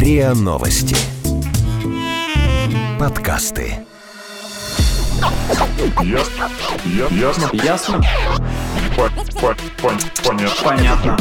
РИА Новости. Подкасты. Ясно. Понятно.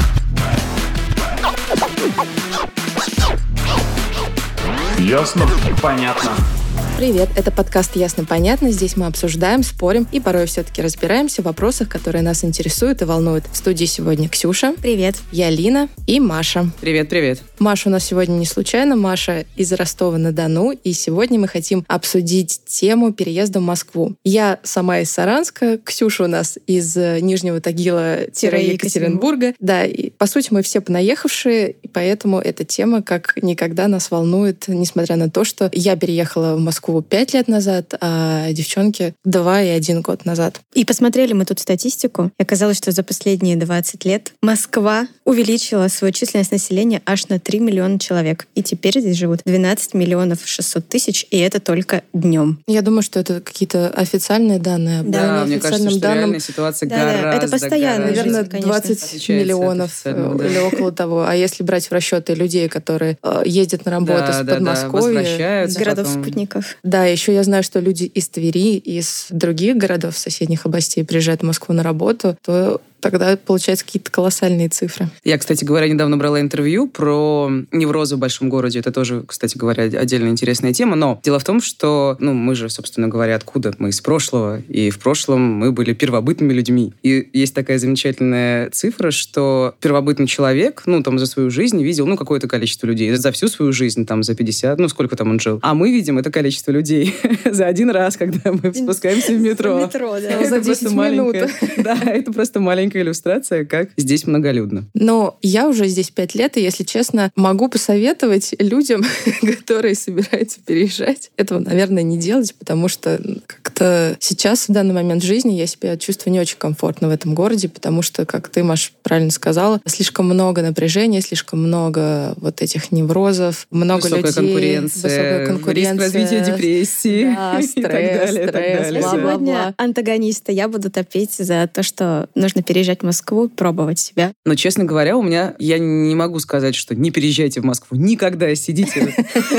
Ясно. Понятно. Привет, это подкаст «Ясно-понятно». Здесь мы обсуждаем, спорим и порой все-таки разбираемся в вопросах, которые нас интересуют и волнуют. В студии сегодня Ксюша. Привет. Я Лина и Маша. Привет. Маша у нас сегодня не случайно. Маша из Ростова-на-Дону. И сегодня мы хотим обсудить тему переезда в Москву. Я сама из Саранска. Ксюша у нас из Нижнего Тагила-Екатеринбурга. Да, и по сути мы все понаехавшие, и поэтому эта тема как никогда нас волнует, несмотря на то, что я переехала в Москву 5 лет назад, а девчонки 2 и 1 год назад. И посмотрели мы тут статистику, и оказалось, что за последние 20 лет Москва увеличила свою численность населения аж на 3 миллиона человек. И теперь здесь живут 12 миллионов 600 тысяч, и это только днем. Я думаю, что это какие-то официальные данные. Да, мне кажется, что реальная ситуация гораздо. Это постоянно. Наверное, 20 миллионов или около того. А если брать в расчеты людей, которые ездят на работу с Подмосковья, из городов-спутников. Да, еще я знаю, что люди из Твери, из других городов, соседних областей приезжают в Москву на работу, то тогда получаются какие-то колоссальные цифры. Я, кстати говоря, недавно брала интервью про неврозы в большом городе. Это тоже, кстати говоря, отдельно интересная тема. Но дело в том, что мы же, собственно говоря, откуда? Мы из прошлого. И в прошлом мы были первобытными людьми. И есть такая замечательная цифра, что первобытный человек, за свою жизнь видел, какое-то количество людей. За всю свою жизнь, за 50, сколько там он жил. А мы видим это количество людей за один раз, когда мы спускаемся в метро. За 10 минут. Да, это просто маленькая иллюстрация, как здесь многолюдно. Но я уже здесь 5 лет, и, если честно, могу посоветовать людям, которые собираются переезжать, этого, наверное, не делать, потому что как-то сейчас, в данный момент жизни, я себя чувствую не очень комфортно в этом городе, потому что, как ты, Маш, правильно сказала, слишком много напряжения, слишком много вот этих неврозов, много высокая людей, высокая конкуренция, риск развития депрессии, да, стресс, и так далее. Сегодня антагониста. Я буду топить за то, что нужно переезжать в Москву, пробовать себя. Но, честно говоря, я не могу сказать, что не переезжайте в Москву. Никогда сидите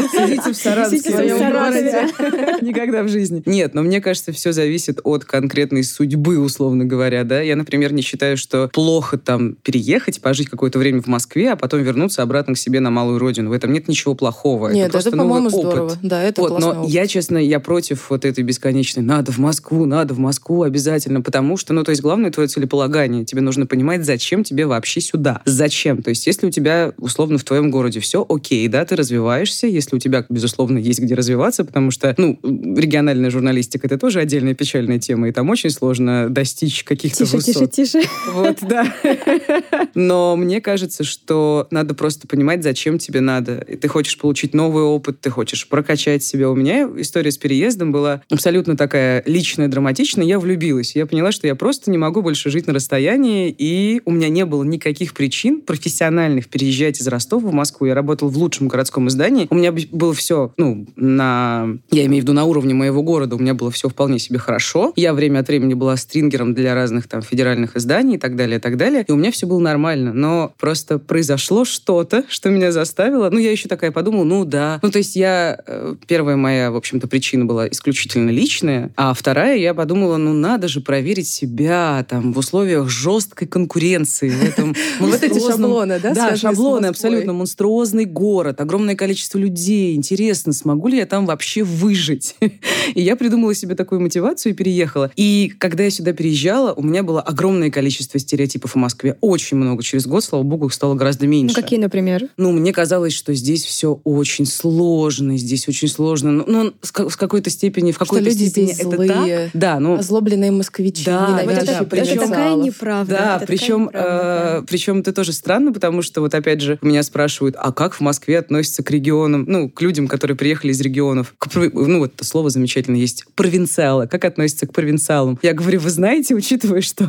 в Саранске. Никогда в жизни. Нет, но мне кажется, все зависит от конкретной судьбы, условно говоря. Да? Я, например, не считаю, что плохо там переехать, пожить какое-то время в Москве, а потом вернуться обратно к себе на малую родину. В этом нет ничего плохого. Нет, это по-моему, здорово. Да, это классный опыт. Но я, честно, я против вот этой бесконечной надо в Москву обязательно, потому что, главное твое целеполагание. Тебе нужно понимать, зачем тебе вообще сюда. Зачем? То есть, если у тебя, условно, в твоем городе все окей, да, ты развиваешься, если у тебя, безусловно, есть где развиваться, потому что, региональная журналистика — это тоже отдельная печальная тема, и там очень сложно достичь каких-то высот. Тише. Вот, да. Но мне кажется, что надо просто понимать, зачем тебе надо. Ты хочешь получить новый опыт, ты хочешь прокачать себя. У меня история с переездом была абсолютно такая личная, драматичная. Я влюбилась. Я поняла, что я просто не могу больше жить на расстоянии, и у меня не было никаких причин профессиональных переезжать из Ростова в Москву. Я работала в лучшем городском издании. У меня было все, я имею в виду на уровне моего города, у меня было все вполне себе хорошо. Я время от времени была стрингером для разных федеральных изданий и так далее, и так далее. И у меня все было нормально. Но просто произошло что-то, что меня заставило. Я еще такая подумала, то есть первая моя, в общем-то, причина была исключительно личная, а вторая, я подумала, надо же проверить себя в условиях жесткой конкуренции. В этом вот эти шаблоны, да? Да, шаблоны, абсолютно монструозный город, огромное количество людей. Интересно, смогу ли я там вообще выжить? И я придумала себе такую мотивацию и переехала. И когда я сюда переезжала, у меня было огромное количество стереотипов о Москве. Очень много. Через год, слава богу, их стало гораздо меньше. Какие, например? Мне казалось, что здесь все очень сложно. В какой-то степени люди здесь это злые, так. Да, озлобленные москвичи, это такая неправда. Да, причем это тоже странно, потому что опять же меня спрашивают, а как в Москве относятся к регионам, к людям, которые приехали из регионов. Это слово замечательно есть. Провинциалы. Как относятся к провинциалам? Я говорю, вы знаете, учитывая, что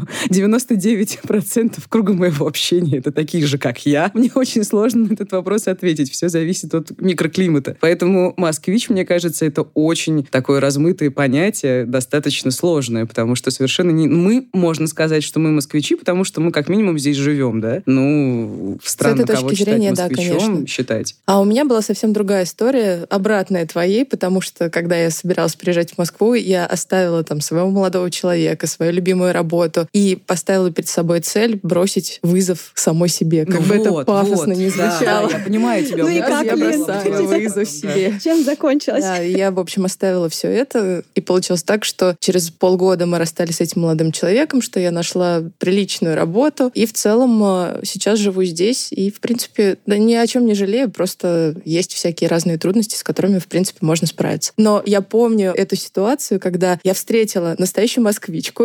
99% круга моего общения это такие же, как я, мне очень сложно на этот вопрос ответить. Все зависит от микроклимата. Поэтому москвич, мне кажется, это очень такое размытое понятие, достаточно сложное, потому что совершенно не... Мы, можно сказать, что мы москвичи, потому что мы как минимум здесь живем, да? Ну, странно, кого считать москвичом, считать. А у меня была совсем другая история, обратная твоей, потому что, когда я собиралась приезжать в Москву, я оставила там своего молодого человека, свою любимую работу и поставила перед собой цель бросить вызов самой себе. Как бы это пафосно не звучало. Да, я понимаю тебя. Ну и как я бросаю вызов себе. Чем закончилось? Да, я, в общем, оставила все это, и получилось так, что через полгода мы расстались с этим молодым человеком, что я нашла приличную работу, и в целом сейчас живу здесь, и, в принципе, да, ни о чем не жалею, просто есть всякие разные трудности, с которыми, в принципе, можно справиться. Но я помню эту ситуацию, когда я встретила настоящую москвичку.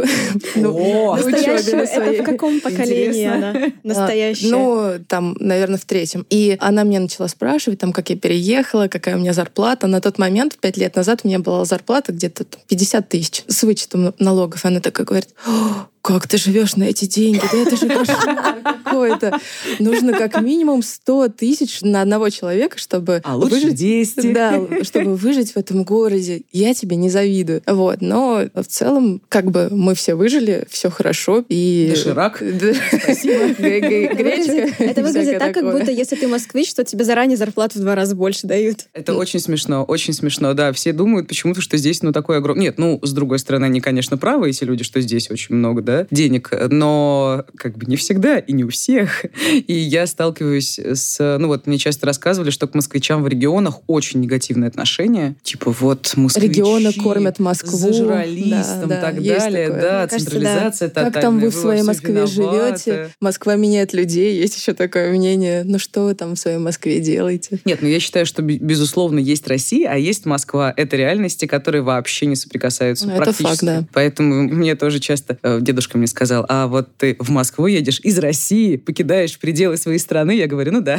Настоящую? Это в каком поколении она? Настоящая? Ну, там, наверное, в 3-м. И она меня начала спрашивать, там, как я переехала, какая у меня зарплата. На тот момент, 5 лет назад, у меня была зарплата где-то 50 тысяч с вычетом налогов. Она такая говорит: как ты живешь на эти деньги? Да это же кошмар какой-то. Нужно как минимум 100 тысяч на одного человека, чтобы лучше 10. Да, чтобы выжить в этом городе. Я тебе не завидую. Вот. Но в целом, как бы мы все выжили, все хорошо. И... Доширак. Спасибо. Гречка. Это выглядит так, как будто если ты москвич, то тебе заранее зарплату в 2 раза больше дают. Это очень смешно, да. Все думают почему-то, что здесь, такое огромное... Нет, с другой стороны, они, конечно, правы, эти люди, что здесь очень много, да, денег, но как бы не всегда и не у всех. И я сталкиваюсь с... мне часто рассказывали, что к москвичам в регионах очень негативное отношение. Типа москвичи... Регионы кормят Москву. Зажрались, так далее. Такое. Да, централизация тотальная. Как там вы в своей Москве живете? Москва меняет людей. Есть еще такое мнение. Что вы там в своей Москве делаете? Нет, я считаю, что, безусловно, есть Россия, а есть Москва. Это реальности, которые вообще не соприкасаются практически. Это факт, да. Поэтому мне тоже часто дедушка мне сказал: а вот ты в Москву едешь из России, покидаешь пределы своей страны. Я говорю: да.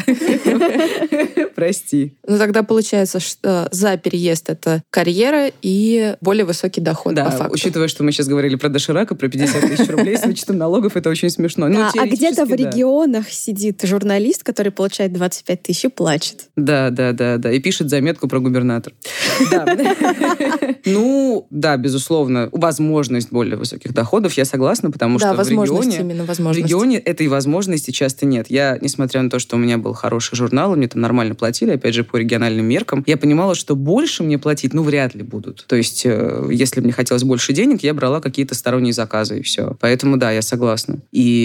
Прости. Тогда получается, что за переезд это карьера и более высокий доход, по факту. Учитывая, что мы сейчас говорили про доширака, про 50 тысяч рублей с вычетом налогов, это очень смешно. А где-то в регионах сидит журналист, который получает 25 тысяч и плачет. Да. И пишет заметку про губернатора. Да, безусловно, возможность более высоких доходов, я согласна, потому что в регионе этой возможности часто нет. Я, несмотря на то, что у меня был хороший журнал, мне там нормально платили, опять же, по региональным меркам, я понимала, что больше мне платить, вряд ли будут. То есть, если мне хотелось больше денег, я брала какие-то сторонние заказы, и все. Поэтому, да, я согласна.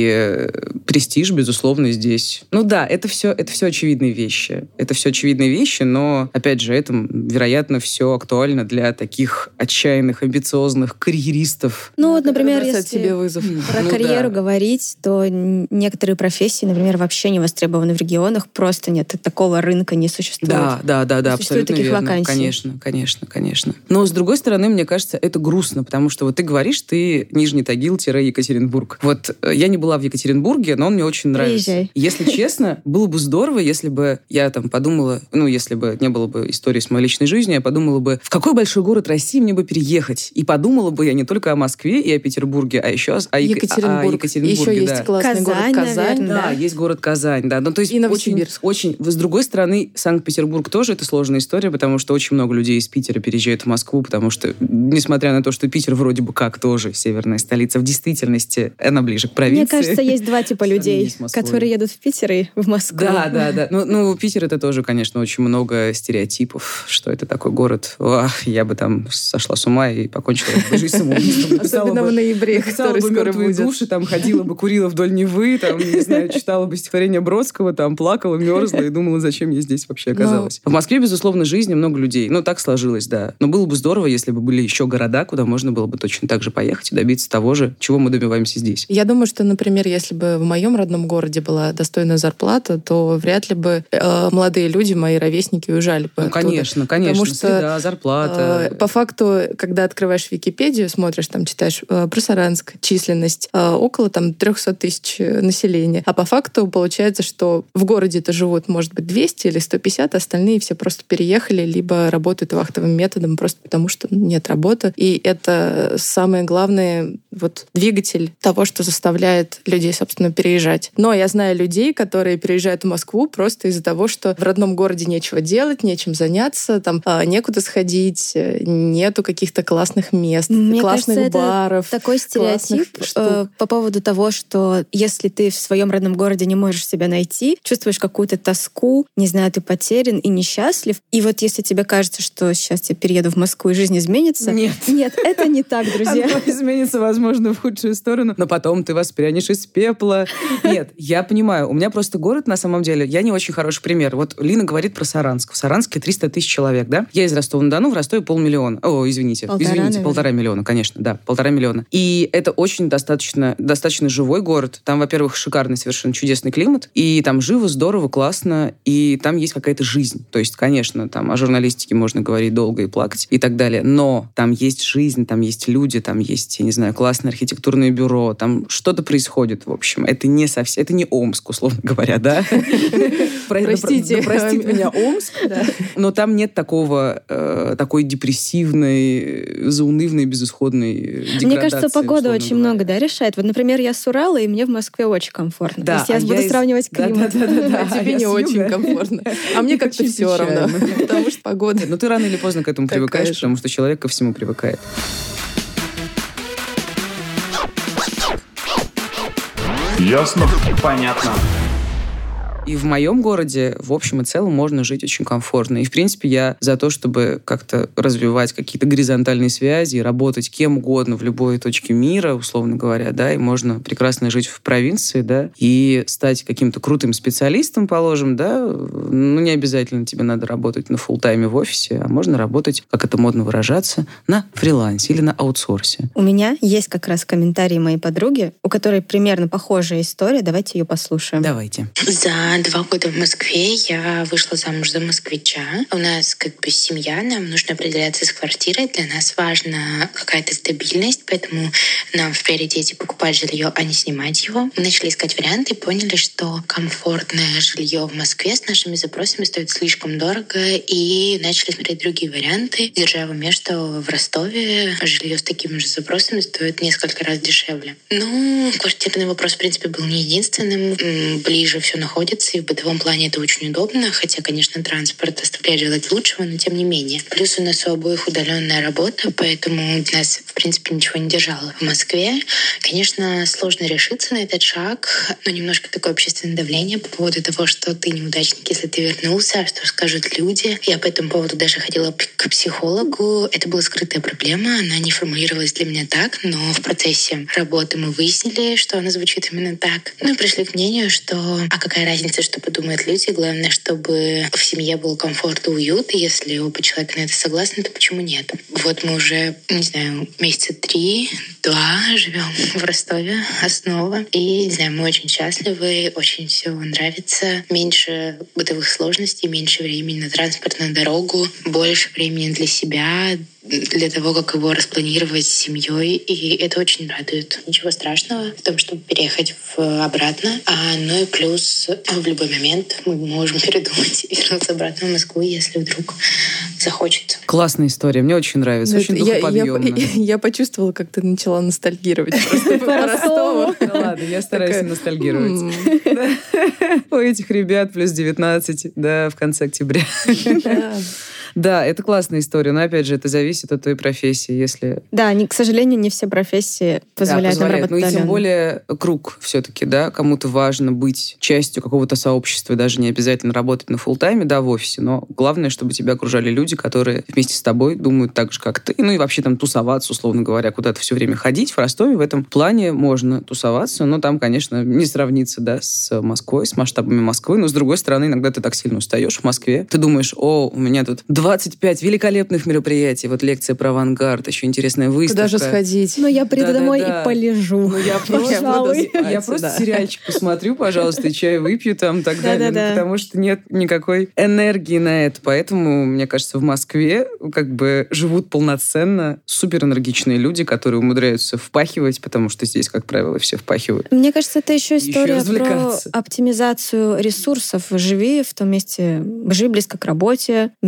И престиж, безусловно, здесь. Это все очевидные вещи. Это все очевидные вещи, но, опять же, это, вероятно, все актуально для таких отчаянных, амбициозных карьеристов. Например, если себе вызов. Про карьеру говорить, то некоторые профессии, например, вообще не востребованы в регионах, просто нет такого рынка, не существует. Да, существует абсолютно таких верно. вакансий. Конечно. Но, с другой стороны, мне кажется, это грустно, потому что ты говоришь, ты Нижний Тагил-Екатеринбург. Я не была в Екатеринбурге, но он мне очень нравится. Приезжай. Если честно, было бы здорово, если бы я там подумала, если бы не было бы истории с моей личной жизнью, я подумала бы, в какой большой город России мне бы переехать. И подумала бы я не только о Москве и о Петербурге, а еще о Екатеринбурге. Еще есть классный город Казань. Да, есть город Казань, да. То есть и Новосибирск. Очень. С другой стороны, Санкт-Петербург тоже это сложная история, потому что очень много людей из Питера переезжают в Москву, потому что, несмотря на то, что Питер вроде бы как тоже северная столица, в действительности она ближе к провинции. Мне кажется, есть 2 типа людей, которые едут в Питер и в Москву. Да. Питер это тоже, конечно, очень много стереотипов, что это такой город. Я бы там сошла с ума и покончила бы жизнь самоубийством. Особенно в ноябре, который скоро будет. Души, ходила бы, курила вдоль Невы, читала бы стихотворение Бродского, плакала, мерзла и думала, зачем я здесь вообще оказалась. В Москве, безусловно, жизни много людей. Так сложилось, да. Но было бы здорово, если бы были еще города, куда можно было бы точно так же поехать и добиться того же, чего мы добиваемся здесь. Я думаю, что, например, если бы в моем родном городе была достойная зарплата, то вряд ли бы молодые люди, мои ровесники, уезжали бы оттуда. Конечно. Потому что, среда, зарплата. По факту, когда открываешь Википедию, смотришь, читаешь про Саранск, численность около 300 тысяч населения. А по факту получается, что в городе-то живут, может быть, 200 или 150, остальные все просто переехали, либо работают вахтовым методом просто потому, что нет работы. И это самое главное двигатель того, что заставляет людей, собственно, переезжать. Но я знаю людей, которые переезжают в Москву просто из-за того, что в родном городе нечего делать, нечем заняться, некуда сходить, нету каких-то классных мест, Мне классных кажется, баров. Это такой стереотип, классных штук. По поводу того, что если ты в своем родном городе не можешь себя найти, чувствуешь какую-то тоску, не знаю, ты потерян и несчастлив, и вот если тебе кажется, что сейчас я перееду в Москву и жизнь изменится... Нет. Нет, это не так, друзья. Оно изменится, возможно, в худшую сторону, но потом ты воспрянешь из пепла. Нет, я понимаю, у меня просто город, на самом деле, я не очень хороший пример. Вот Лина говорит про Саранск. В Саранске 300 тысяч человек, да? Я из Ростова-на-Дону, в Ростове 500 000. О, извините, 1,5 миллиона, конечно, да, 1,5 миллиона. И это очень достаточно живой город. Там, во-первых, шикарный, совершенно чудесный климат, и там живо, здорово, классно, и там есть какая-то жизнь. То есть, конечно, там о журналистике можно говорить долго и плакать и так далее, но там есть жизнь, там есть люди, там есть, я не знаю, классное архитектурное бюро, там что-то происходит, в общем. Это не совсем, это не Омск, условно говоря, да? Простите. Простит меня Омск, но там нет такой депрессивной, заунывной, безысходной деградации. Мне кажется, погода очень говоря. много, решает. Вот, например, я с Урала, и мне в Москве очень комфортно. Да, То есть я буду сравнивать климат. Да, тебе не очень комфортно. А мне как-то все равно, потому что погода. Но ты рано или поздно к этому Такая привыкаешь, же. потому что человек ко всему привыкает. Ясно? Понятно. И в моем городе, в общем и целом, можно жить очень комфортно. И, в принципе, я за то, чтобы как-то развивать какие-то горизонтальные связи, и работать кем угодно в любой точке мира, условно говоря, да, и можно прекрасно жить в провинции, да, и стать каким-то крутым специалистом, положим, да, ну, не обязательно тебе надо работать на фулл-тайме в офисе, а можно работать, как это модно выражаться, на фрилансе или на аутсорсе. У меня есть как раз комментарий моей подруги, у которой примерно похожая история. Давайте ее послушаем. Давайте. За 2 года в Москве я вышла замуж за москвича. У нас как бы семья, нам нужно определяться с квартирой. Для нас важна какая-то стабильность, поэтому нам в приоритете покупать жилье, а не снимать его. Мы начали искать варианты и поняли, что комфортное жилье в Москве с нашими запросами стоит слишком дорого, и начали смотреть другие варианты, держа в уме, что в Ростове жилье с такими же запросами стоит несколько раз дешевле. Ну, квартирный вопрос, в принципе, был не единственным. Ближе все находится, и в бытовом плане это очень удобно, хотя, конечно, транспорт оставляет желать лучшего, но тем не менее. Плюс у нас у обоих удаленная работа, поэтому нас, в принципе, ничего не держало. В Москве, конечно, сложно решиться на этот шаг, но немножко такое общественное давление по поводу того, что ты неудачник, если ты вернулся, а что скажут люди. Я по этому поводу даже ходила к психологу. Это была скрытая проблема, она не формулировалась для меня так, но в процессе работы мы выяснили, что она звучит именно так. Ну и пришли к мнению, что какая разница, что подумают люди, главное, чтобы в семье был комфорт и уют, и если оба человека на это согласны, то почему нет? Вот мы уже, не знаю, месяца 3-2 живем в Ростове, основа, и, не знаю, мы очень счастливы, очень все нравится, меньше бытовых сложностей, меньше времени на транспорт, на дорогу, больше времени для себя, для того, как его распланировать с семьей, и это очень радует. Ничего страшного в том, чтобы переехать обратно, ну и плюс в любой момент мы можем передумать и вернуться обратно в Москву, если вдруг захочет. Классная история, мне очень нравится, очень духоподъемно. Я почувствовала, как ты начала ностальгировать по Ростову. Ну ладно, я стараюсь не ностальгировать. У этих ребят плюс 19, да, в конце октября. Да, это классная история, но, опять же, это зависит от твоей профессии, если... Да, к сожалению, не все профессии позволяют нам работать удаленно. Ну и тем более круг все-таки, да, кому-то важно быть частью какого-то сообщества, даже не обязательно работать на фулл-тайме, да, в офисе, но главное, чтобы тебя окружали люди, которые вместе с тобой думают так же, как ты, ну и вообще там тусоваться, условно говоря, куда-то все время ходить. В Ростове в этом плане можно тусоваться, но там, конечно, не сравнится, да, с Москвой, с масштабами Москвы, но, с другой стороны, иногда ты так сильно устаешь в Москве, ты думаешь, у меня тут 25 великолепных мероприятий. Вот лекция про авангард, еще интересная выставка. Куда же сходить? Ну, я приду домой и полежу. Ну, я просто сериальчик посмотрю, пожалуйста, и чай выпью там и так далее. Потому что нет никакой энергии на это. Поэтому, мне кажется, в Москве как бы живут полноценно суперэнергичные люди, которые умудряются впахивать, потому что здесь, как правило, все впахивают. Мне кажется, это еще история про оптимизацию ресурсов. Живи в том месте, живи близко к работе, меньше трать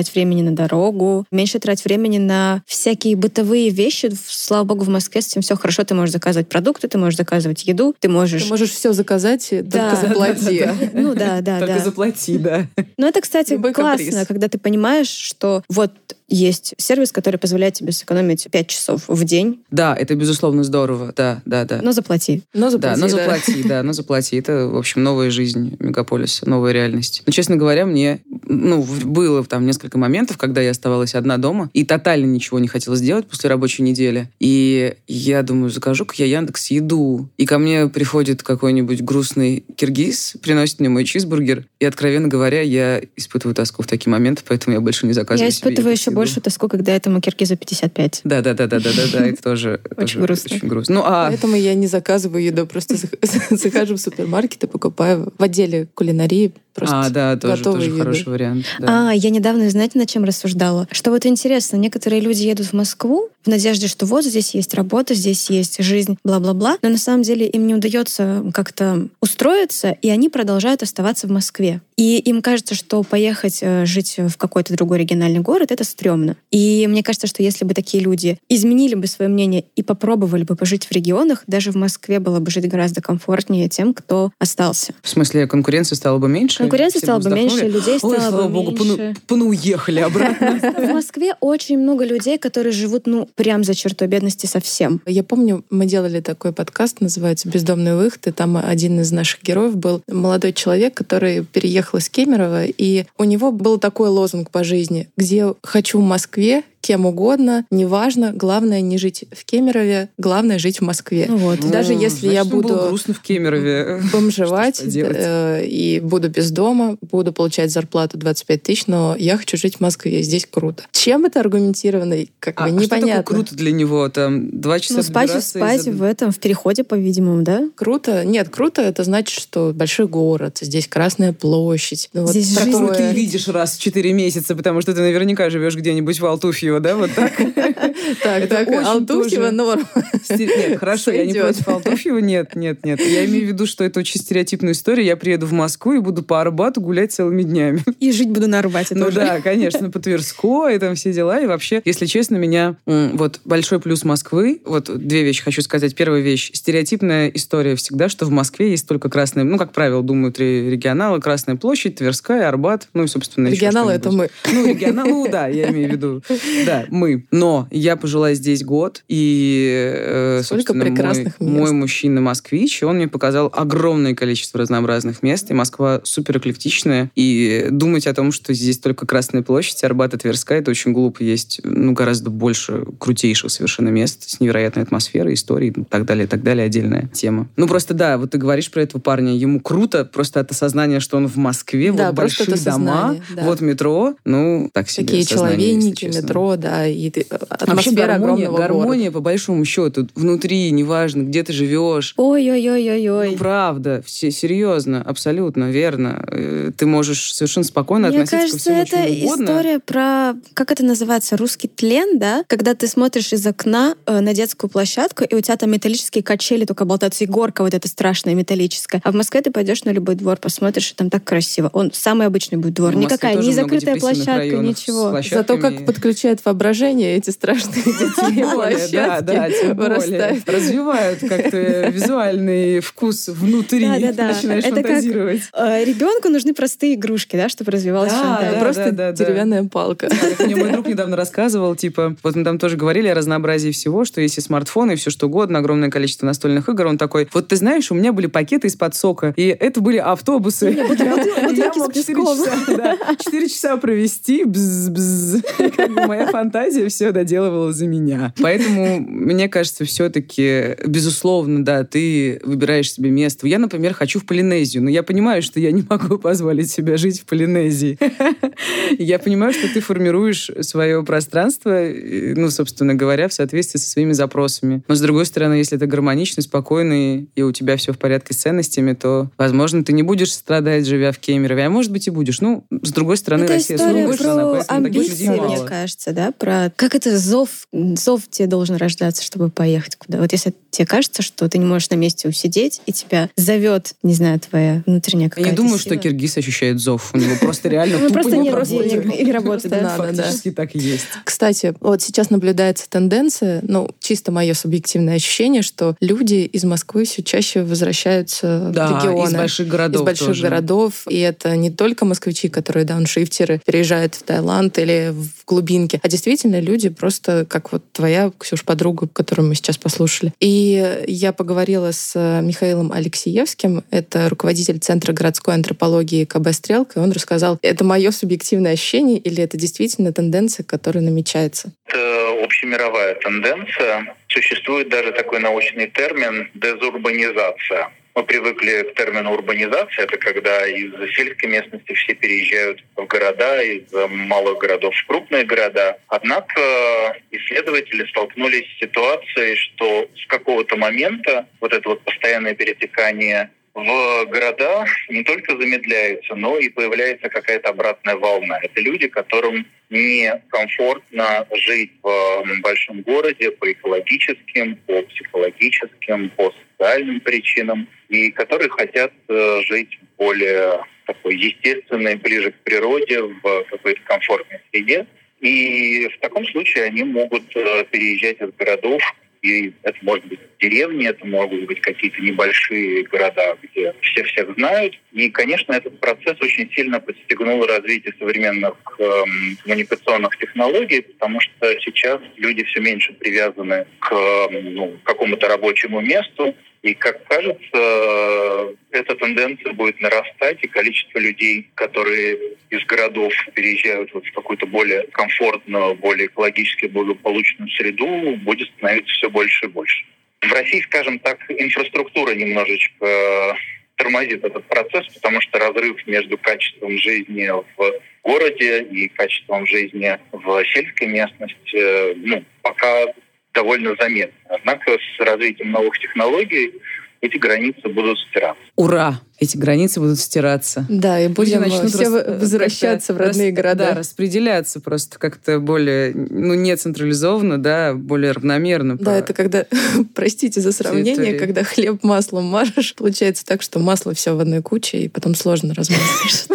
трать времени на дорогу, меньше трать времени на всякие бытовые вещи. Слава богу, в Москве с этим все хорошо. Ты можешь заказывать продукты, ты можешь заказывать еду, ты можешь все заказать, только заплати. Ну да. Только заплати, да. Ну это, кстати, Любой классно, каприз. когда ты понимаешь, что вот есть сервис, который позволяет тебе сэкономить 5 часов в день. Да, это, безусловно, здорово. Да. Но заплати. Но Да, но заплати. Это, в общем, новая жизнь мегаполиса, новая реальность. Но, честно говоря, мне было там несколько моментов, когда я оставалась одна дома и тотально ничего не хотела сделать после рабочей недели. И я думаю, закажу-ка я Яндекс.Еду. И ко мне приходит какой-нибудь грустный киргиз, приносит мне мой чизбургер. И, откровенно говоря, я испытываю тоску в такие моменты, поэтому я больше не заказываю Я себе испытываю еще Яндекс.Еду. больше тоску, когда этому киргизу 55. Да, это тоже Очень грустно. Очень грустно. Поэтому я не заказываю еду, просто захожу в супермаркет и покупаю в отделе кулинарии просто тоже еду. хороший вариант. Да. Я недавно, знаете, над чем рассуждала? Что вот интересно, некоторые люди едут в Москву в надежде, что вот здесь есть работа, здесь есть жизнь, бла-бла-бла, но на самом деле им не удается как-то устроиться, и они продолжают оставаться в Москве. И им кажется, что поехать жить в какой-то другой региональный город — это стрёмно. И мне кажется, что если бы такие люди изменили бы свое мнение и попробовали бы пожить в регионах, даже в Москве было бы жить гораздо комфортнее тем, кто остался. В смысле, конкуренция стала бы меньше? Конкуренция Все стала бы вздохнули? меньше, людей Ой, стало слава бы богу, меньше. понауехали обратно. В Москве очень много людей, которые живут, прям за чертой бедности совсем. Я помню, мы делали такой подкаст, называется «Бездомный выход», и там один из наших героев был молодой человек, который переехал из Кемерово, и у него был такой лозунг по жизни: «Где хочу в Москве, кем угодно, неважно, главное не жить в Кемерове, главное жить в Москве». Даже если я буду было грустно в Кемерове. Бомжевать и буду без дома, буду получать зарплату 25 тысяч, но я хочу жить в Москве, здесь круто. Чем это аргументировано, непонятно. Что такое круто для него? Там 2 часа спать в переходе, по-видимому, да? Круто? Нет, круто — это значит, что большой город, здесь Красная площадь. Здесь которую ты видишь раз в 4 месяца, потому что ты наверняка живешь где-нибудь в Алтуфьево, да, вот так? Так, Алтуфьево норм. Нет, хорошо, я не против Алтуфьева, нет. Я имею в виду, что это очень стереотипная история. Я приеду в Москву и буду по Арбату гулять целыми днями. И жить буду на Арбате тоже. Да, конечно, по Тверской, там все дела. И вообще, если честно, меня вот большой плюс Москвы, вот 2 вещи хочу сказать. Первая вещь: стереотипная история всегда, что в Москве есть только красная, как правило, думаю, 3 регионала: Красная площадь, Тверская, Арбат, и, собственно, еще регионалы — это мы. Регионалы, да, я имею в виду. Да, мы. Но я пожила здесь год, и, собственно, мой мужчина-москвич, он мне показал огромное количество разнообразных мест, и Москва супер эклектичная, и думать о том, что здесь только Красная площадь, Арбат и Тверская, это очень глупо. Есть, гораздо больше крутейших совершенно мест с невероятной атмосферой, историей, и так далее, отдельная тема. Просто да, вот ты говоришь про этого парня, ему круто просто от осознания, что он в Москве, да, вот большие дома, вот метро, так себе. Такие человейники, метро, да, и атмосфера огромного гармония, по большому счету, внутри, неважно, где ты живешь. Ой-ой-ой-ой-ой. Правда, все серьезно, абсолютно верно. Ты можешь совершенно спокойно относиться ко всему, чему угодно. Мне кажется, это история про, как это называется, русский тлен, да? Когда ты смотришь из окна на детскую площадку, и у тебя там металлические качели только болтаются, и горка вот эта страшная металлическая. А в Москве ты пойдешь на любой двор, посмотришь, и там так красиво. Он самый обычный будет двор. Никакая, не закрытая площадка, ничего. Зато как подключает воображение эти страшные детские площадки. Да, тем более. Развивают как-то визуальный вкус внутри. Начинаешь фантазировать. Ребенку нужны простые игрушки, да, чтобы развивалась фантазия. Просто деревянная палка. Мне мой друг недавно рассказывал, вот мы там тоже говорили о разнообразии всего, что есть и смартфоны, и все что угодно, огромное количество настольных игр. Он такой: вот ты знаешь, у меня были пакеты из-под сока, и это были автобусы. Я мог 4 часа провести, моя фантазия все доделывала за меня. Поэтому, мне кажется, все-таки, безусловно, да, ты выбираешь себе место. Я, например, хочу в Полинезию, но я понимаю, что я не могу позволить себе жить в Полинезии. Я понимаю, что ты формируешь свое пространство, собственно говоря, в соответствии со своими запросами. Но, с другой стороны, если ты гармоничный, спокойный, и у тебя все в порядке с ценностями, то, возможно, ты не будешь страдать, живя в Кемерове. А может быть, и будешь. С другой стороны, это Россия суровая страна, поэтому таких людей амбиции, мало. мне кажется, да, про как это зов тебе должен рождаться, чтобы поехать куда. Вот если тебе кажется, что ты не можешь на месте усидеть, и тебя зовет, не знаю, твоя внутренняя какая-то Я не думаю, сила. что киргиз ощущает зов. У него просто реально тупо просто нет нет работы. денег или работы, да. Фактически так и есть. Кстати, вот сейчас наблюдается тенденция, чисто мое субъективное ощущение, что люди из Москвы все чаще возвращаются в регионы. Из больших городов Из больших тоже. городов. И это не только москвичи, которые дауншифтеры, переезжают в Таиланд или в глубинки, а действительно люди просто, как вот твоя, Ксюш, подруга, которую мы сейчас послушали. И я поговорила с Михаилом Алексеевским, это руководитель Центра городской антропологии КБ «Стрелка», и он рассказал, это мое субъективное ощущение или это действительно тенденция, которая намечается? Это общемировая тенденция. Существует даже такой научный термин «дезурбанизация». Мы привыкли к термину урбанизация. Это когда из сельской местности все переезжают в города, из малых городов в крупные города. Однако исследователи столкнулись с ситуацией, что с какого-то момента вот это вот постоянное перетекание в города не только замедляется, но и появляется какая-то обратная волна. Это люди, которым некомфортно жить в большом городе по экологическим, по психологическим, по социальным причинам, и которые хотят жить в более такой естественной, ближе к природе, в какой-то комфортной среде. И в таком случае они могут переезжать из городов, и это может быть деревни, это могут быть какие-то небольшие города, где все всех знают. И, конечно, этот процесс очень сильно подстегнул развитие современных коммуникационных технологий, потому что сейчас люди все меньше привязаны к какому-то рабочему месту. И, как кажется, эта тенденция будет нарастать, и количество людей, которые из городов переезжают в какую-то более комфортную, более экологически благополучную среду, будет становиться все больше и больше. В России, скажем так, инфраструктура немножечко тормозит этот процесс, потому что разрыв между качеством жизни в городе и качеством жизни в сельской местности, пока довольно заметно. Однако с развитием новых технологий эти границы будут стираться. Ура! Эти границы будут стираться. Да, и будем начнут все возвращаться в родные города. Да, распределяться просто как-то более, не централизованно, да, более равномерно. Да, это когда, простите за сравнение, территории. когда хлеб маслом мажешь, получается так, что масло все в одной куче, и потом сложно размазать.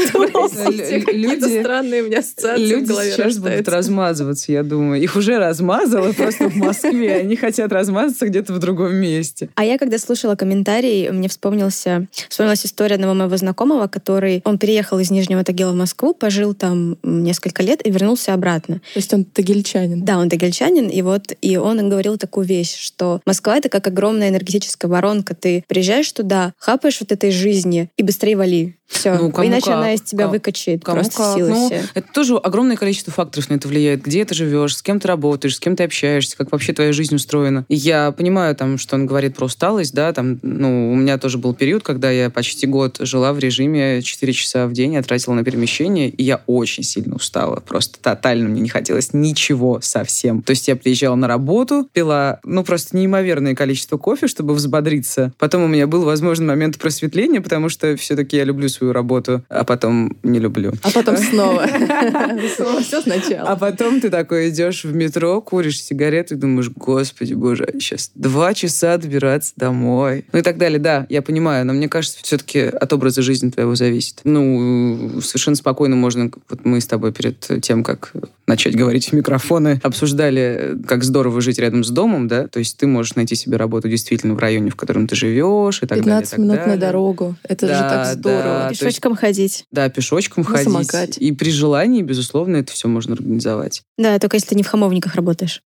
Какие-то странные у меня ассоциации в Люди голове сейчас будут рождаются. размазываться, я думаю. Их уже размазало просто в Москве. Они хотят размазаться где-то в другом месте. А я, когда слушала комментарий, мне вспомнилась история одного моего знакомого, он переехал из Нижнего Тагила в Москву, пожил там несколько лет и вернулся обратно. То есть он тагильчанин. Да, он тагильчанин, и он говорил такую вещь, что Москва — это как огромная энергетическая воронка. Ты приезжаешь туда, хапаешь вот этой жизни и быстрее вали. Все. Иначе она из тебя выкачает просто силы все. Это тоже огромное количество факторов на это влияет. Где ты живешь, с кем ты работаешь, с кем ты общаешься, как вообще твоя жизнь устроена. И я понимаю, что он говорит про усталость, да, у меня тоже был период, когда я почти год жила в режиме 4 часа в день, я тратила на перемещение, и я очень сильно устала. Просто тотально мне не хотелось ничего совсем. То есть я приезжала на работу, пила, просто неимоверное количество кофе, чтобы взбодриться. Потом у меня был, возможно, момент просветления, потому что все-таки я люблю свою работу, а потом не люблю. А потом снова. Все сначала. А потом ты такой идешь в метро, куришь сигарету и думаешь, господи, боже, сейчас 2 часа добираться домой. И так далее. Да, я понимаю, но мне кажется, все-таки от образа жизни твоего зависит. Совершенно спокойно можно... Вот мы с тобой перед тем, как начать говорить в микрофоны, обсуждали, как здорово жить рядом с домом, да? То есть ты можешь найти себе работу действительно в районе, в котором ты живешь, и так далее. 15 минут на дорогу. Это же так здорово. Пешочком ходить. Да, пешочком ходить. Самокате. И при желании, безусловно, это все можно организовать. Да, только если ты не в Хамовниках работаешь.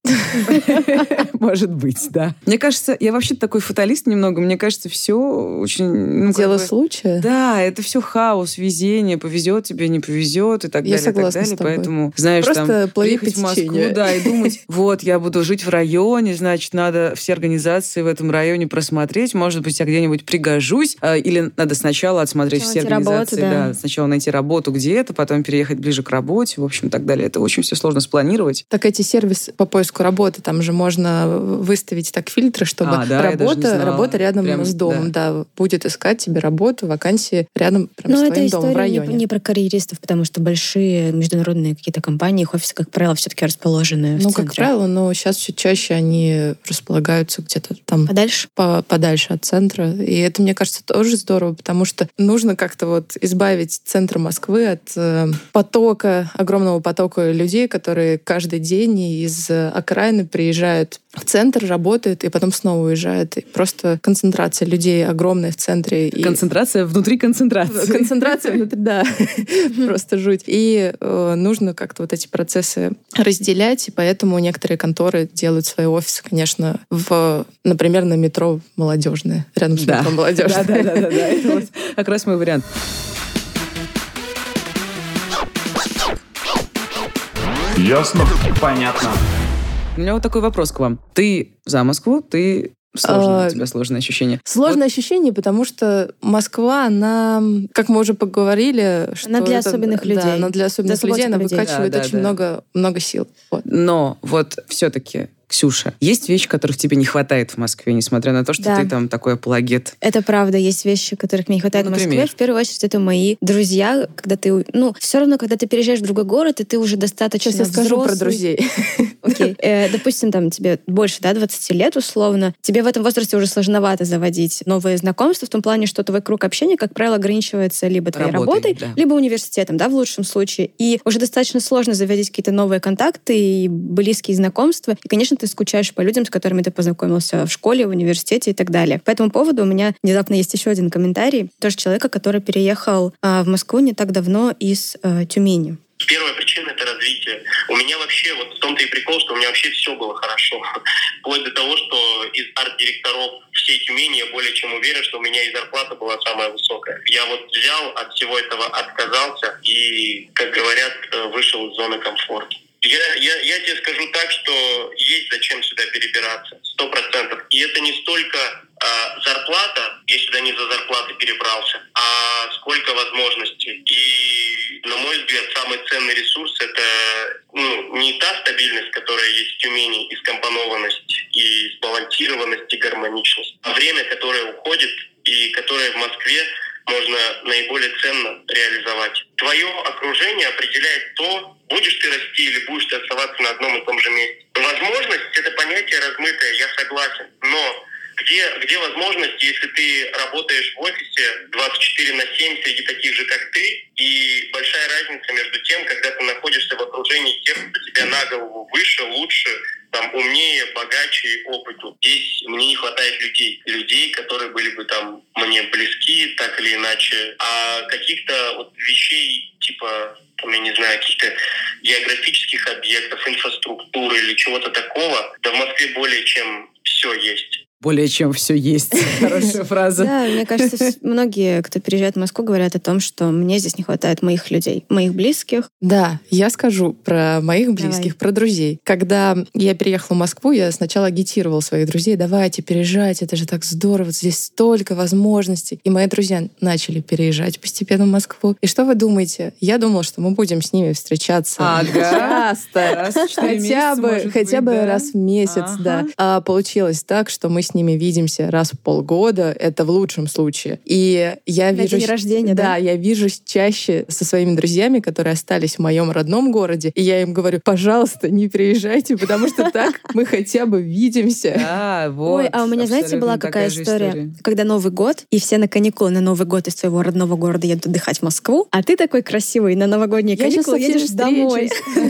Может быть, да. Мне кажется, я вообще такой фаталист немного. Мне кажется, все очень... Дело случая? Да, это все хаос, везение. Повезет тебе, не повезет и так далее. Я согласна с тобой. Поэтому, знаешь, просто приехать в Москву, да, и думать, вот, я буду жить в районе, значит, надо все организации в этом районе просмотреть. Может быть, я где-нибудь пригожусь. Или надо сначала отсмотреть смотреть все организации. Да. Сначала найти работу где-то, потом переехать ближе к работе, в общем, и так далее. Это очень все сложно спланировать. Так эти сервисы по поиску работы, там же можно выставить так фильтры, чтобы работа рядом с домом, будет искать тебе работу, вакансии рядом с твоим домом в районе. Но это история не про карьеристов, потому что большие международные какие-то компании, их офисы, как правило, все-таки расположены в центре. Как правило, но сейчас все чаще они располагаются где-то там подальше от центра. И это, мне кажется, тоже здорово, потому что нужно как-то избавить центр Москвы от огромного потока людей, которые каждый день из окраины приезжают в центр, работают и потом снова уезжают. И просто концентрация людей огромная в центре. Концентрация внутри концентрации. Концентрация внутри, да. Просто жуть. И нужно как-то эти процессы разделять, и поэтому некоторые конторы делают свои офисы, конечно, например, на метро Молодежное, рядом с метро Молодежное. Да. Это как раз мой вариант. Ясно? Понятно. У меня такой вопрос к вам. Ты за Москву, у тебя сложное ощущение? Сложное ощущение, потому что Москва, она, как мы уже поговорили... Она для особенных людей. Да, она для особенных людей, она выкачивает очень много сил. Но все-таки, Ксюша, есть вещи, которых тебе не хватает в Москве, несмотря на то, что ты там такой апологет. Это правда, есть вещи, которых мне не хватает в Москве. В первую очередь, это мои друзья, когда ты... все равно, когда ты переезжаешь в другой город, и ты уже достаточно взрослый. Сейчас я скажу про друзей. Окей. Допустим, тебе больше 20 лет, условно. Тебе в этом возрасте уже сложновато заводить новые знакомства, в том плане, что твой круг общения, как правило, ограничивается либо твоей работой, либо университетом, в лучшем случае. И уже достаточно сложно заводить какие-то новые контакты и близкие знакомства. И, конечно, ты скучаешь по людям, с которыми ты познакомился в школе, в университете и так далее. По этому поводу у меня внезапно есть еще один комментарий. Тоже человека, который переехал в Москву не так давно из Тюмени. Первая причина — это развитие. У меня вообще, в том-то и прикол, что у меня вообще все было хорошо. Вплоть до того, что из арт-директоров всей Тюмени я более чем уверен, что у меня и зарплата была самая высокая. Я взял от всего этого, отказался и, как говорят, вышел из зоны комфорта. Я тебе скажу так, что есть зачем сюда перебираться, 100%. И это не столько зарплата, я сюда не за зарплатой перебрался, а сколько возможностей. И, на мой взгляд, самый ценный ресурс — это не та стабильность, которая есть в Тюмени, и скомпонованность, и сбалансированность, и гармоничность, а время, которое уходит, и которое в Москве можно наиболее ценно реализовать. Твое окружение определяет то, будешь ты расти или будешь ты оставаться на одном и том же месте. Возможность — это понятие размытое, я согласен. Но где возможность, если ты работаешь в офисе 24/7 среди таких же, как ты, и большая разница между тем, когда ты находишься в окружении тех, кто тебя на голову выше, лучше, умнее, богаче и опыту. Здесь мне не хватает людей, которые были бы мне близки, так или иначе. А каких-то вещей, я не знаю, каких-то географических объектов, инфраструктуры или чего-то такого, в Москве более чем все есть. Более чем все есть. Хорошая фраза. Да, мне кажется, многие, кто переезжает в Москву, говорят о том, что мне здесь не хватает моих людей, моих близких. Да, я скажу про моих близких, про друзей. Когда я переехала в Москву, я сначала агитировала своих друзей: давайте переезжать, это же так здорово, здесь столько возможностей. И мои друзья начали переезжать постепенно в Москву. И что вы думаете? Я думала, что мы будем с ними встречаться часто. Хотя бы раз в месяц, да. А получилось так, что мы с ними видимся раз в полгода, это в лучшем случае. И я вижу... день рождения, да? Да, я вижусь чаще со своими друзьями, которые остались в моем родном городе, и я им говорю: пожалуйста, не приезжайте, потому что так мы хотя бы видимся. Ой, а у меня, знаете, была какая история? Когда Новый год, и все на каникулы на Новый год из своего родного города едут отдыхать в Москву, а ты такой красивый на новогодние каникулы едешь домой.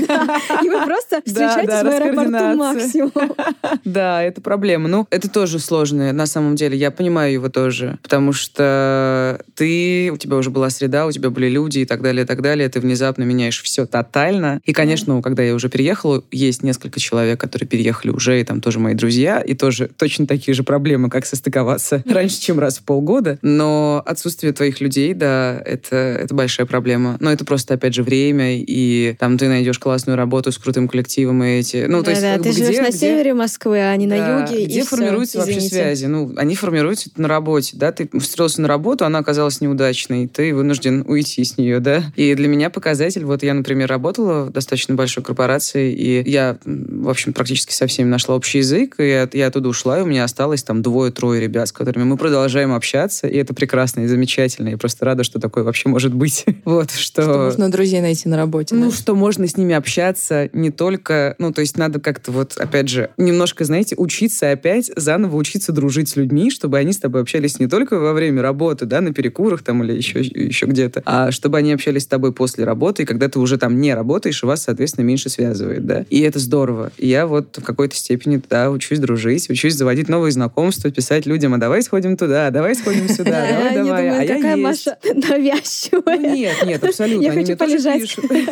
И вы просто встречаетесь в аэропорту максимум. Да, это проблема. Это тоже сложное, на самом деле. Я понимаю его тоже. Потому что у тебя уже была среда, у тебя были люди и так далее, и так далее. Ты внезапно меняешь все тотально. И, конечно, когда я уже переехала, есть несколько человек, которые переехали уже, и там тоже мои друзья, и тоже точно такие же проблемы, как состыковаться раньше, чем раз в полгода. Но отсутствие твоих людей, да, это большая проблема. Но это просто, опять же, время, и там ты найдешь классную работу с крутым коллективом, и эти... Ты живешь на севере Москвы, а не на юге. Где формируется вообще связи? Ну, они формируются на работе, да? Ты устроился на работу, она оказалась неудачной, ты вынужден уйти с нее, да? И для меня показатель, вот я, например, работала в достаточно большой корпорации, и я, в общем, практически со всеми нашла общий язык, и я оттуда ушла, и у меня осталось там 2-3 ребят, с которыми мы продолжаем общаться, и это прекрасно и замечательно. Я просто рада, что такое вообще может быть. Вот, что можно друзей найти на работе. Ну, что можно с ними общаться не только... Ну, то есть надо как-то вот, опять же, немножко, знаете, учиться опять, заново учиться дружить с людьми, чтобы они с тобой общались не только во время работы, да, на перекурах там или еще где-то, а чтобы они общались с тобой после работы, и когда ты уже там не работаешь, и вас, соответственно, меньше связывает, да. И это здорово. И я вот в какой-то степени, да, учусь дружить, учусь заводить новые знакомства, писать людям, а давай сходим туда, а давай сходим сюда, давай. Я думаю, какая Маша навязчивая. Нет, абсолютно. Я хочу полежать.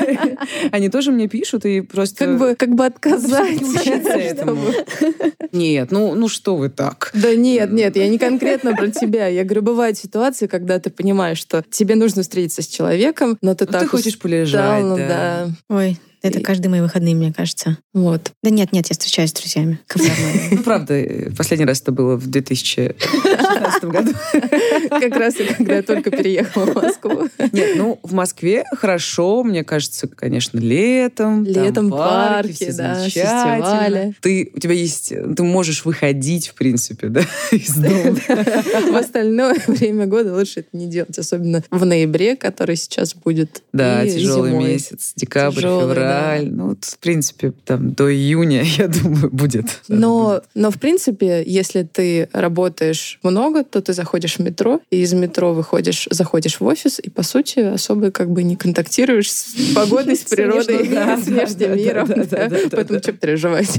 Они тоже мне пишут, и просто... Как бы отказать. Учиться этому. Нет, ну что вы так? Да нет, я не конкретно про тебя. Я говорю, бывают ситуации, когда ты понимаешь, что тебе нужно встретиться с человеком, но ты так ты хочешь полежать, да. Ой, это каждые мои выходные, мне кажется. Вот. Да нет, я встречаюсь с друзьями. Ну, правда, последний раз это было в 2016 году. Как раз и когда я только переехала в Москву. Нет, ну, в Москве хорошо, мне кажется, конечно, летом. Летом парки, да, фестивали. У тебя есть... Ты можешь выходить, в принципе, да, из дома. В остальное время года лучше это не делать, особенно в ноябре, который сейчас будет. Да, тяжелый месяц, декабрь, февраль. Ну, вот, в принципе, там до июня, я думаю, будет. Но в принципе, если ты работаешь много, то ты заходишь в метро, и из метро заходишь в офис, и, по сути, особо как бы не контактируешь с погодой, с природой, с внешним миром. Поэтому что переживать?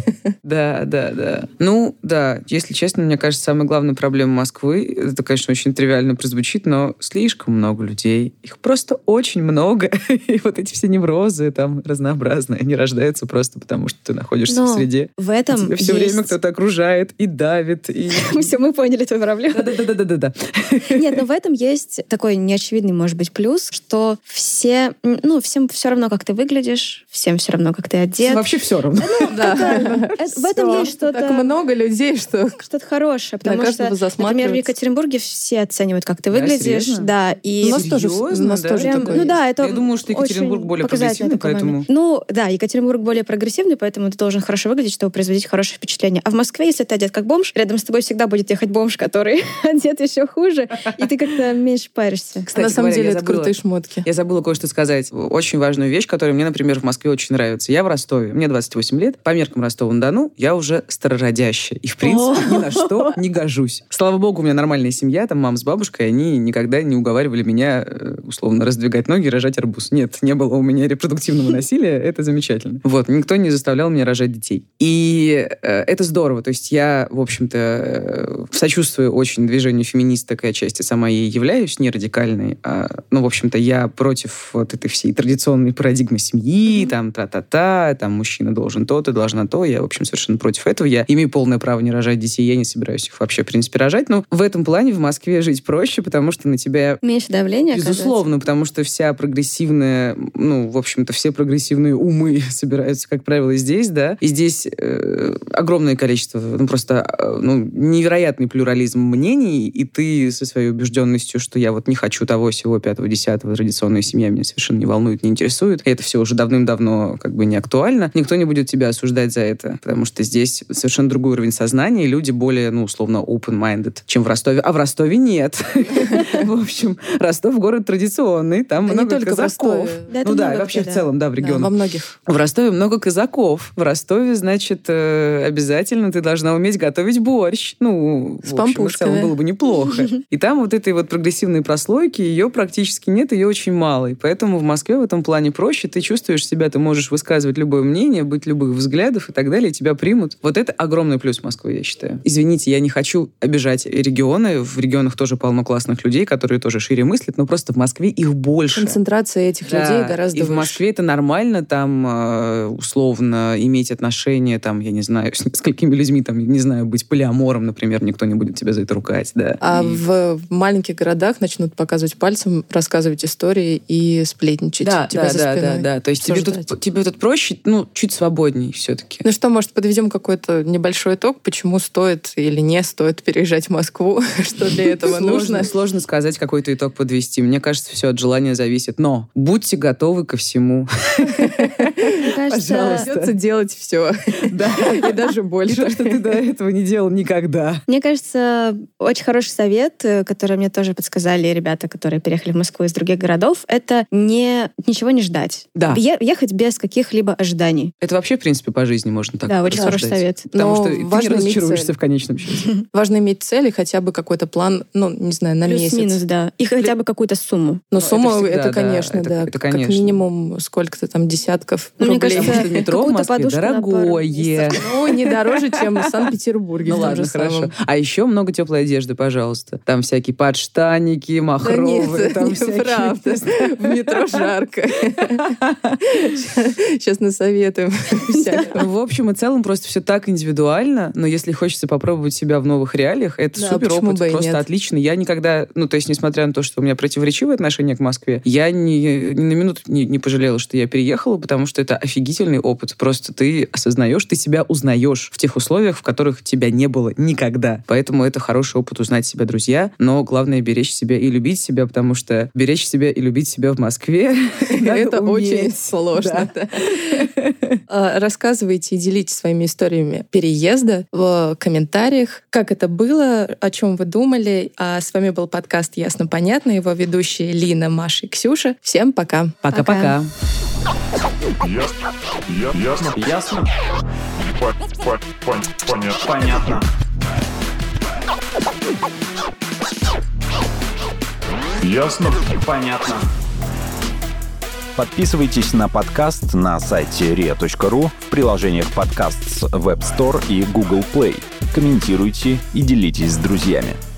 Да. Ну, да, если честно, мне кажется, самая главная проблема Москвы, это, конечно, очень тривиально прозвучит, но слишком много людей. Их просто очень много. И вот эти все неврозы там разнообразные, они рождаются просто потому, что ты находишься в среде. В этом тебя все время кто-то окружает и давит. Все, мы поняли твою проблему. Да. Нет, но в этом есть такой неочевидный, может быть, плюс, что всем все равно, как ты выглядишь, всем все равно, как ты одет. Вообще все равно. В этом есть что-то... Так много людей, что... Что-то хорошее, потому что, например, в Екатеринбурге все оценивают, как ты выглядишь. Да, и... У нас тоже такое. Ну да, это я думаю, что Екатеринбург более прогрессивный, поэтому... Ну да, Екатеринбург более прогрессивный, поэтому ты должен хорошо выглядеть, чтобы производить хорошее впечатление. А в Москве, если ты одет как бомж, рядом с тобой всегда будет ехать бомж, который одет еще хуже, и ты как-то меньше паришься. Кстати, на самом деле это крутые шмотки. Я забыла кое-что сказать. Очень важную вещь, которая мне, например, в Москве очень нравится. Я в Ростове, мне 28 лет. По меркам Ростова-на-Дону я уже старородящая. И, в принципе, ни на что не гожусь. Слава богу, у меня нормальная семья, там мама с бабушкой, они никогда не уговаривали меня, условно, раздвигать ноги и рожать арбуз. Нет, не было у меня репродуктивного насилия, это замечательно. Вот, никто не заставлял меня рожать детей. И это здорово. То есть я, в общем-то, сочувствую очень движению феминисток, и отчасти сама ей являюсь, не радикальной. Но, в общем-то, я против вот этой всей традиционной парадигмы семьи, там, тра-та-та, там, мужчина должен то, ты должна то. Я, в общем, совершенно против этого. Я имею полное право не рожать детей, я не собираюсь их вообще, в принципе, рожать. Но в этом плане в Москве жить проще, потому что на тебя... Меньше давления, безусловно, потому что вся прогрессивная, в общем-то, все прогрессивные умы собираются, как правило, здесь, да. И здесь огромное количество, невероятный плюрализм мнений, и ты со своей убежденностью, что я вот не хочу того, сего, 5-го, 10-го, традиционная семья меня совершенно не волнует, не интересует. И это все уже давным-давно как бы не актуально. Никто не будет тебя осуждать за это, потому что здесь совершенно другой уровень сознания, и люди более, условно, open-minded, чем в Ростове. А в Ростове нет. В общем, Ростов город традиционный, там много казаков. Ну да, вообще в целом, да, в регионах. Во многих. В Ростове много казаков. В Ростове, значит, обязательно ты должна уметь готовить борщ. С пампушками. В целом было бы неплохо. И там вот этой вот прогрессивной прослойки, ее практически нет, ее очень мало. И поэтому в Москве в этом плане проще. Ты чувствуешь себя, ты можешь высказывать любое мнение, быть любых взглядов и так далее, и тебя примут. Вот это огромный плюс Москвы, я считаю. Извините, я не хочу обижать регионы. В регионах тоже полно классных людей, которые тоже шире мыслят, но просто в Москве их больше. Концентрация этих людей гораздо выше. И в Москве это нормально нормально там условно иметь отношения, там, я не знаю, с несколькими людьми, там, не знаю, быть полиамором, например, никто не будет тебя за это ругать, да. А в маленьких городах начнут показывать пальцем, рассказывать истории и сплетничать Да, тебя за спиной. да. То есть тебе тут проще, чуть свободней все-таки. Ну что, может, подведем какой-то небольшой итог, почему стоит или не стоит переезжать в Москву, что для этого нужно? Сложно сказать, какой-то итог подвести. Мне кажется, все от желания зависит. Но будьте готовы ко всему. Пожалуйста. Придется делать все. Да. И даже больше. То, что ты до этого не делал никогда. Мне кажется, очень хороший совет, который мне тоже подсказали ребята, которые переехали в Москву из других городов, это ничего не ждать. Да. Ехать без каких-либо ожиданий. Это вообще, в принципе, по жизни можно так Да, очень хороший совет. Потому что ты не разочаруешься в конечном счете. Важно иметь цель и хотя бы какой-то план, не знаю, на месяц. Плюс-минус, да. И хотя бы какую-то сумму. Но сумма, это конечно, да. Как минимум сколько-то там десятков рублей. Мне кажется, потому что метро в Москве дорогое. Не дороже, чем в Санкт-Петербурге. Ну ладно, хорошо. А еще много теплой одежды, пожалуйста. Там всякие подштанники, махровые. Да нет, неправда. В метро жарко. Сейчас насоветуем. В общем и целом просто все так индивидуально, но если хочется попробовать себя в новых реалиях, это супер опыт, просто отлично. Я никогда, то есть несмотря на то, что у меня противоречивое отношение к Москве, я ни на минуту не пожалела, что я переехала, потому что это офигительный опыт. Просто ты осознаешь, ты себя узнаешь в тех условиях, в которых тебя не было никогда. Поэтому это хороший опыт узнать себя, друзья. Но главное беречь себя и любить себя, потому что беречь себя и любить себя в Москве это очень сложно. Рассказывайте и делитесь своими историями переезда в комментариях. Как это было, о чем вы думали. А с вами был подкаст «Ясно-понятно». Его ведущие Лина, Маша и Ксюша. Всем пока. Пока-пока. Ясно. Понятно. Ясно? Понятно. Подписывайтесь на подкаст на сайте ria.ru, в приложениях подкаст с Web Store и Google Play. Комментируйте и делитесь с друзьями.